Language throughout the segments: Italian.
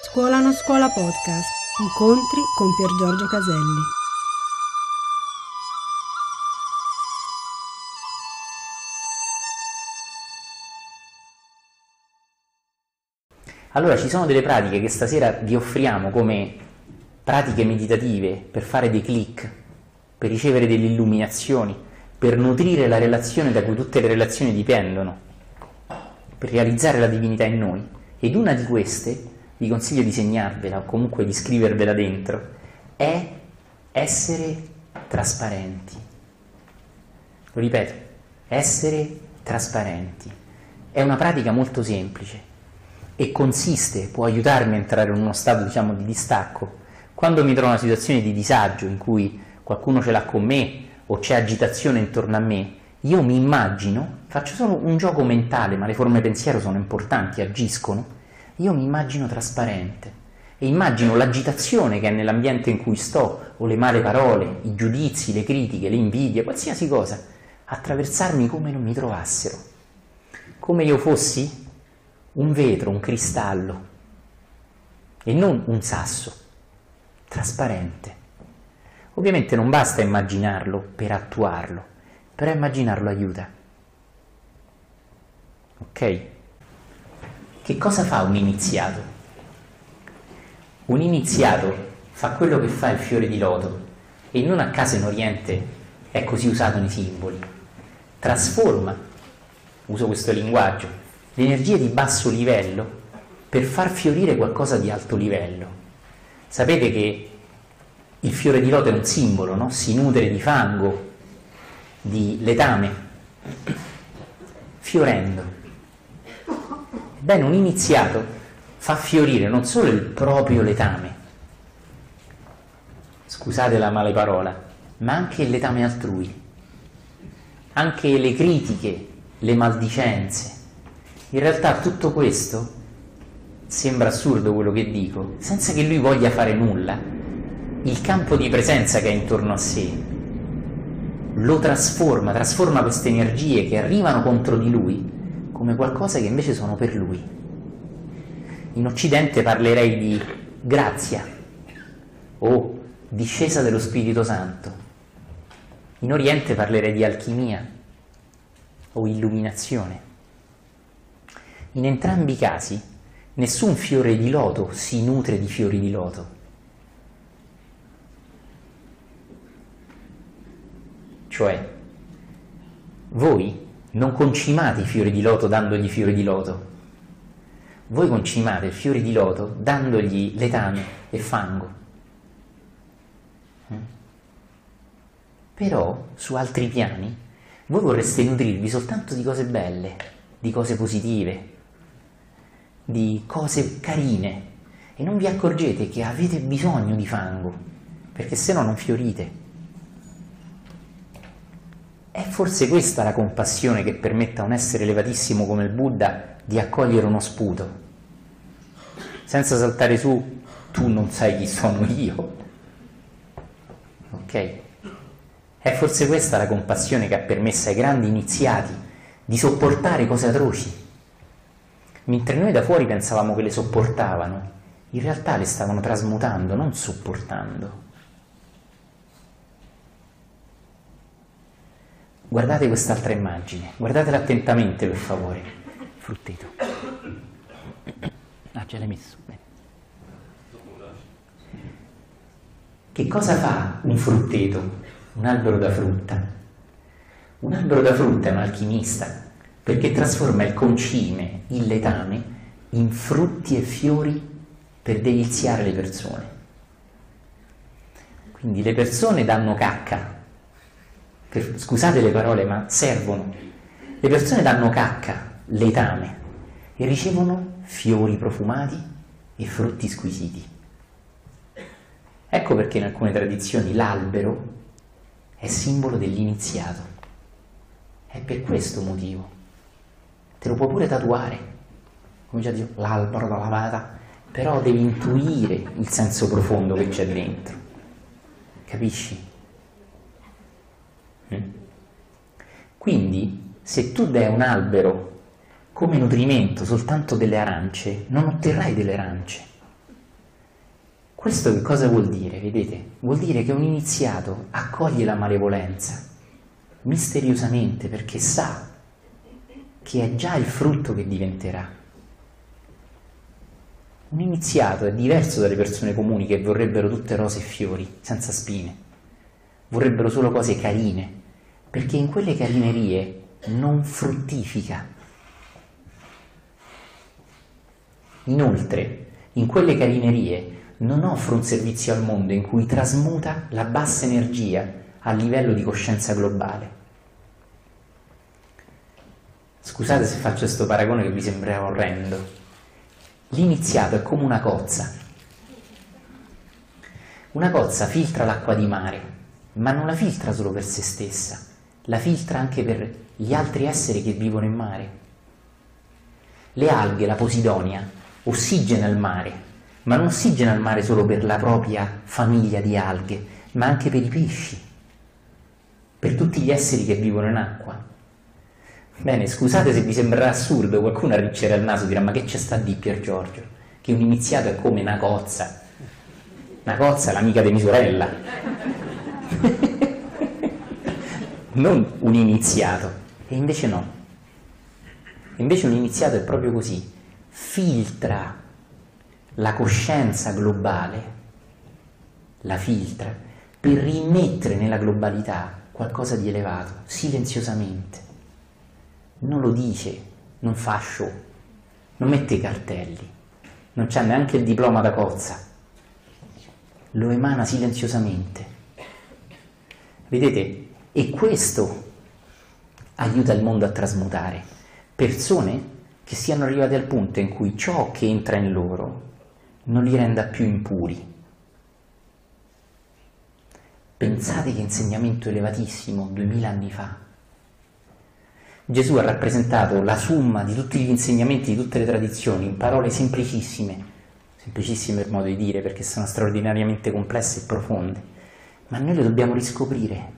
Scuola non scuola podcast. Incontri con Pier Giorgio Caselli. Allora, ci sono delle pratiche che stasera vi offriamo come pratiche meditative per fare dei click, per ricevere delle illuminazioni, per nutrire la relazione da cui tutte le relazioni dipendono, per realizzare la divinità in noi. Ed una di queste, vi consiglio di segnarvela o comunque di scrivervela dentro, è essere trasparenti. Lo ripeto, essere trasparenti. È una pratica molto semplice e consiste, può aiutarmi a entrare in uno stato, di distacco. Quando mi trovo in una situazione di disagio in cui qualcuno ce l'ha con me o c'è agitazione intorno a me, io mi immagino, faccio solo un gioco mentale, ma le forme pensiero sono importanti, agiscono, io mi immagino trasparente e immagino l'agitazione che è nell'ambiente in cui sto, o le male parole, i giudizi, le critiche, le invidie, qualsiasi cosa, attraversarmi come non mi trovassero, come io fossi un vetro, un cristallo e non un sasso, trasparente. Ovviamente non basta immaginarlo per attuarlo, però immaginarlo aiuta. Ok? Che cosa fa un iniziato? Un iniziato fa quello che fa il fiore di loto e non a caso in Oriente è così usato nei simboli. Trasforma, uso questo linguaggio, le energie di basso livello per far fiorire qualcosa di alto livello. Sapete che il fiore di loto è un simbolo, no? Si nutre di fango, di letame, fiorendo. Ebbene, un iniziato fa fiorire non solo il proprio letame, scusate la male parola, ma anche il letame altrui, anche le critiche, le maldicenze. In realtà tutto questo, sembra assurdo quello che dico, senza che lui voglia fare nulla, il campo di presenza che è intorno a sé lo trasforma queste energie che arrivano contro di lui come qualcosa che invece sono per lui. In Occidente parlerei di grazia o discesa dello Spirito Santo. In Oriente parlerei di alchimia o illuminazione. In entrambi i casi, nessun fiore di loto si nutre di fiori di loto. Cioè, voi non concimate i fiori di loto dandogli fiori di loto. Voi concimate il fiore di loto dandogli letame e fango. Però, su altri piani, voi vorreste nutrirvi soltanto di cose belle, di cose positive, di cose carine, e non vi accorgete che avete bisogno di fango, perché se no non fiorite. È forse questa la compassione che permette a un essere elevatissimo come il Buddha di accogliere uno sputo, senza saltare su, tu non sai chi sono io. Ok? È forse questa la compassione che ha permesso ai grandi iniziati di sopportare cose atroci. Mentre noi da fuori pensavamo che le sopportavano, in realtà le stavano trasmutando, non sopportando. Guardate quest'altra immagine, guardatela attentamente per favore. Frutteto. Ah, ce l'hai messo? Bene. Che cosa fa un frutteto, un albero da frutta? Un albero da frutta è un alchimista, perché trasforma il concime, il letame, in frutti e fiori per deliziare le persone. Quindi le persone danno cacca, scusate le parole, ma servono. Le persone danno cacca, letame, e ricevono fiori profumati e frutti squisiti. Ecco perché in alcune tradizioni l'albero è simbolo dell'iniziato. È per questo motivo. Te lo puoi pure tatuare, come già dicevo, l'albero da lavata, però devi intuire il senso profondo che c'è dentro. Capisci? Quindi, se tu dai un albero come nutrimento soltanto delle arance, non otterrai delle arance. Questo che cosa vuol dire? Vedete? Vuol dire che un iniziato accoglie la malevolenza misteriosamente perché sa che è già il frutto che diventerà. Un iniziato è diverso dalle persone comuni che vorrebbero tutte rose e fiori, senza spine. Vorrebbero solo cose carine, perché in quelle carinerie non fruttifica. Inoltre, in quelle carinerie non offre un servizio al mondo in cui trasmuta la bassa energia a livello di coscienza globale. Scusate se faccio questo paragone che vi sembrerà orrendo. L'iniziato è come una cozza. Una cozza filtra l'acqua di mare, ma non la filtra solo per se stessa, la filtra anche per gli altri esseri che vivono in mare. Le alghe, la Posidonia, ossigena il mare, ma non ossigena il mare solo per la propria famiglia di alghe, ma anche per i pesci, per tutti gli esseri che vivono in acqua. Bene, scusate se vi sembrerà assurdo, qualcuno arriccerà il naso e dirà: ma che c'è sta di Pier Giorgio? Che un iniziato è come una cozza. Una cozza è l'amica di mia sorella. Non un iniziato. E invece no. Invece un iniziato è proprio così. Filtra la coscienza globale, la filtra, per rimettere nella globalità qualcosa di elevato, silenziosamente. Non lo dice, non fa show, non mette i cartelli, non c'ha neanche il diploma da cozza, lo emana silenziosamente. Vedete? E questo aiuta il mondo a trasmutare persone che siano arrivate al punto in cui ciò che entra in loro non li renda più impuri. Pensate che insegnamento elevatissimo 2000 anni fa. Gesù ha rappresentato la somma di tutti gli insegnamenti di tutte le tradizioni in parole semplicissime per modo di dire, perché sono straordinariamente complesse e profonde, ma noi le dobbiamo riscoprire.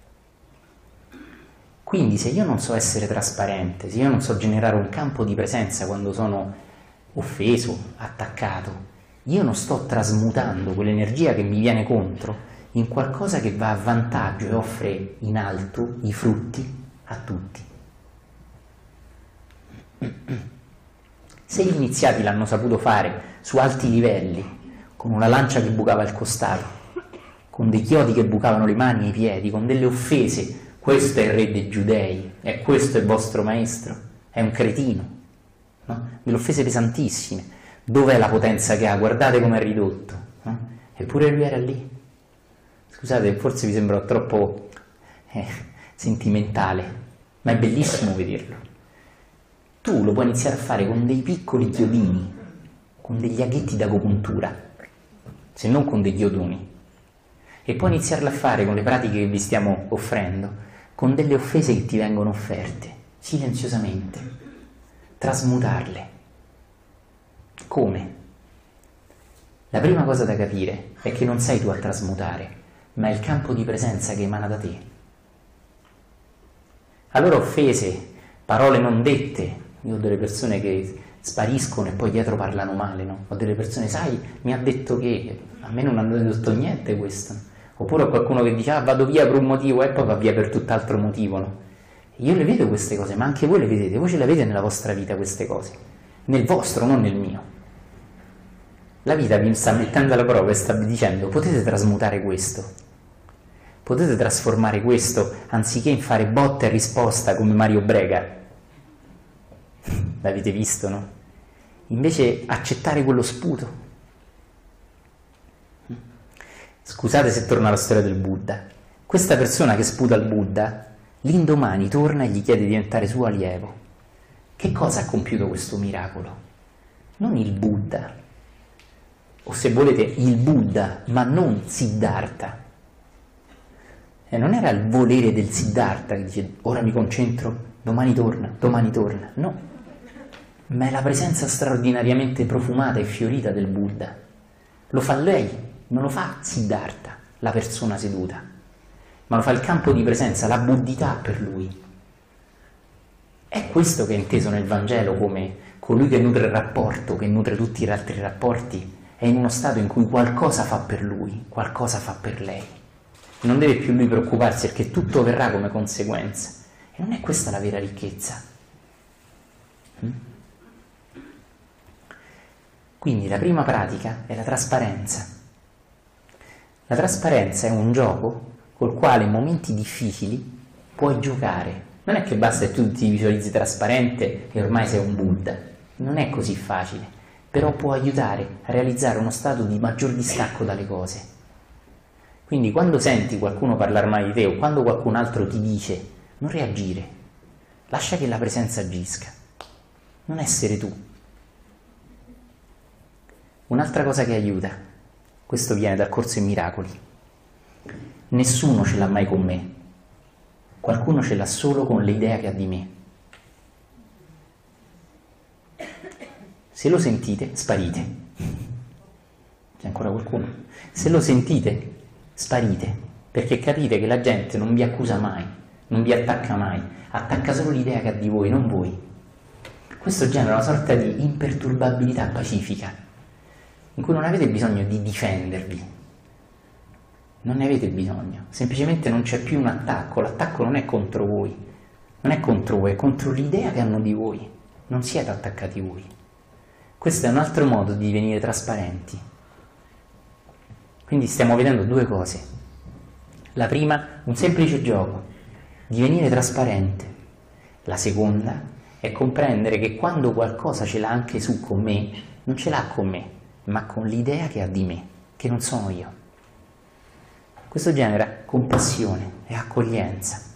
Quindi se io non so essere trasparente, se io non so generare un campo di presenza quando sono offeso, attaccato, io non sto trasmutando quell'energia che mi viene contro in qualcosa che va a vantaggio e offre in alto i frutti a tutti. Se gli iniziati l'hanno saputo fare su alti livelli, con una lancia che bucava il costato, con dei chiodi che bucavano le mani e i piedi, con delle offese: questo è il re dei giudei, e questo è il vostro maestro, è un cretino, no? Delle offese pesantissime. Dov'è la potenza che ha? Guardate come è ridotto, no? Eppure lui era lì. Scusate, forse vi sembrò troppo sentimentale, ma è bellissimo vederlo. Tu lo puoi iniziare a fare con dei piccoli chiodini, con degli aghetti d'agopuntura, se non con dei chiodoni, e puoi iniziarlo a fare con le pratiche che vi stiamo offrendo, con delle offese che ti vengono offerte, silenziosamente, trasmutarle. Come? La prima cosa da capire è che non sei tu a trasmutare, ma è il campo di presenza che emana da te. Allora offese, parole non dette. Io ho delle persone che spariscono e poi dietro parlano male, no? Ho delle persone: sai, mi ha detto che, a me non hanno detto niente questo. Oppure ho qualcuno che dice: ah, vado via per un motivo, e poi va via per tutt'altro motivo, no? Io le vedo queste cose, ma anche voi le vedete, voi ce le avete nella vostra vita queste cose, nel vostro, non nel mio. La vita vi sta mettendo alla prova e sta dicendo: potete trasmutare questo, potete trasformare questo, anziché in fare botta e risposta come Mario Brega. L'avete visto, no? Invece accettare quello sputo. Scusate se torno alla storia del Buddha. Questa persona che sputa il Buddha, l'indomani torna e gli chiede di diventare suo allievo. Che cosa ha compiuto questo miracolo? Non il Buddha, o se volete il Buddha, ma non Siddhartha. E non era il volere del Siddhartha che dice: ora mi concentro, domani torna, no. Ma è la presenza straordinariamente profumata e fiorita del Buddha. Lo fa lei, non lo fa Siddhartha, la persona seduta, ma lo fa il campo di presenza, la buddhità per lui. È questo che è inteso nel Vangelo come colui che nutre il rapporto, che nutre tutti gli altri rapporti, è in uno stato in cui qualcosa fa per lui, qualcosa fa per lei. Non deve più lui preoccuparsi perché tutto verrà come conseguenza. E non è questa la vera ricchezza. Quindi la prima pratica è la trasparenza. La trasparenza è un gioco col quale in momenti difficili puoi giocare. Non è che basta che tu ti visualizzi trasparente e ormai sei un Buddha. Non è così facile, però può aiutare a realizzare uno stato di maggior distacco dalle cose. Quindi quando senti qualcuno parlare male di te o quando qualcun altro ti dice, non reagire, lascia che la presenza agisca, non essere tu. Un'altra cosa che aiuta, questo viene dal corso in miracoli, nessuno ce l'ha mai con me, qualcuno ce l'ha solo con l'idea che ha di me. Se lo sentite, sparite. C'è ancora qualcuno? Se lo sentite, sparite, perché capite che la gente non vi accusa mai, non vi attacca mai, attacca solo l'idea che ha di voi, non voi. Questo genera una sorta di imperturbabilità pacifica, in cui non avete bisogno di difendervi, non ne avete bisogno, semplicemente non c'è più un attacco, l'attacco non è contro voi, non è contro voi, è contro l'idea che hanno di voi, non siete attaccati voi. Questo è un altro modo di divenire trasparenti. Quindi stiamo vedendo due cose. La prima, un semplice gioco, divenire trasparente. La seconda è comprendere che quando qualcosa ce l'ha anche su con me, non ce l'ha con me, ma con l'idea che ha di me, che non sono io. Questo genera compassione e accoglienza.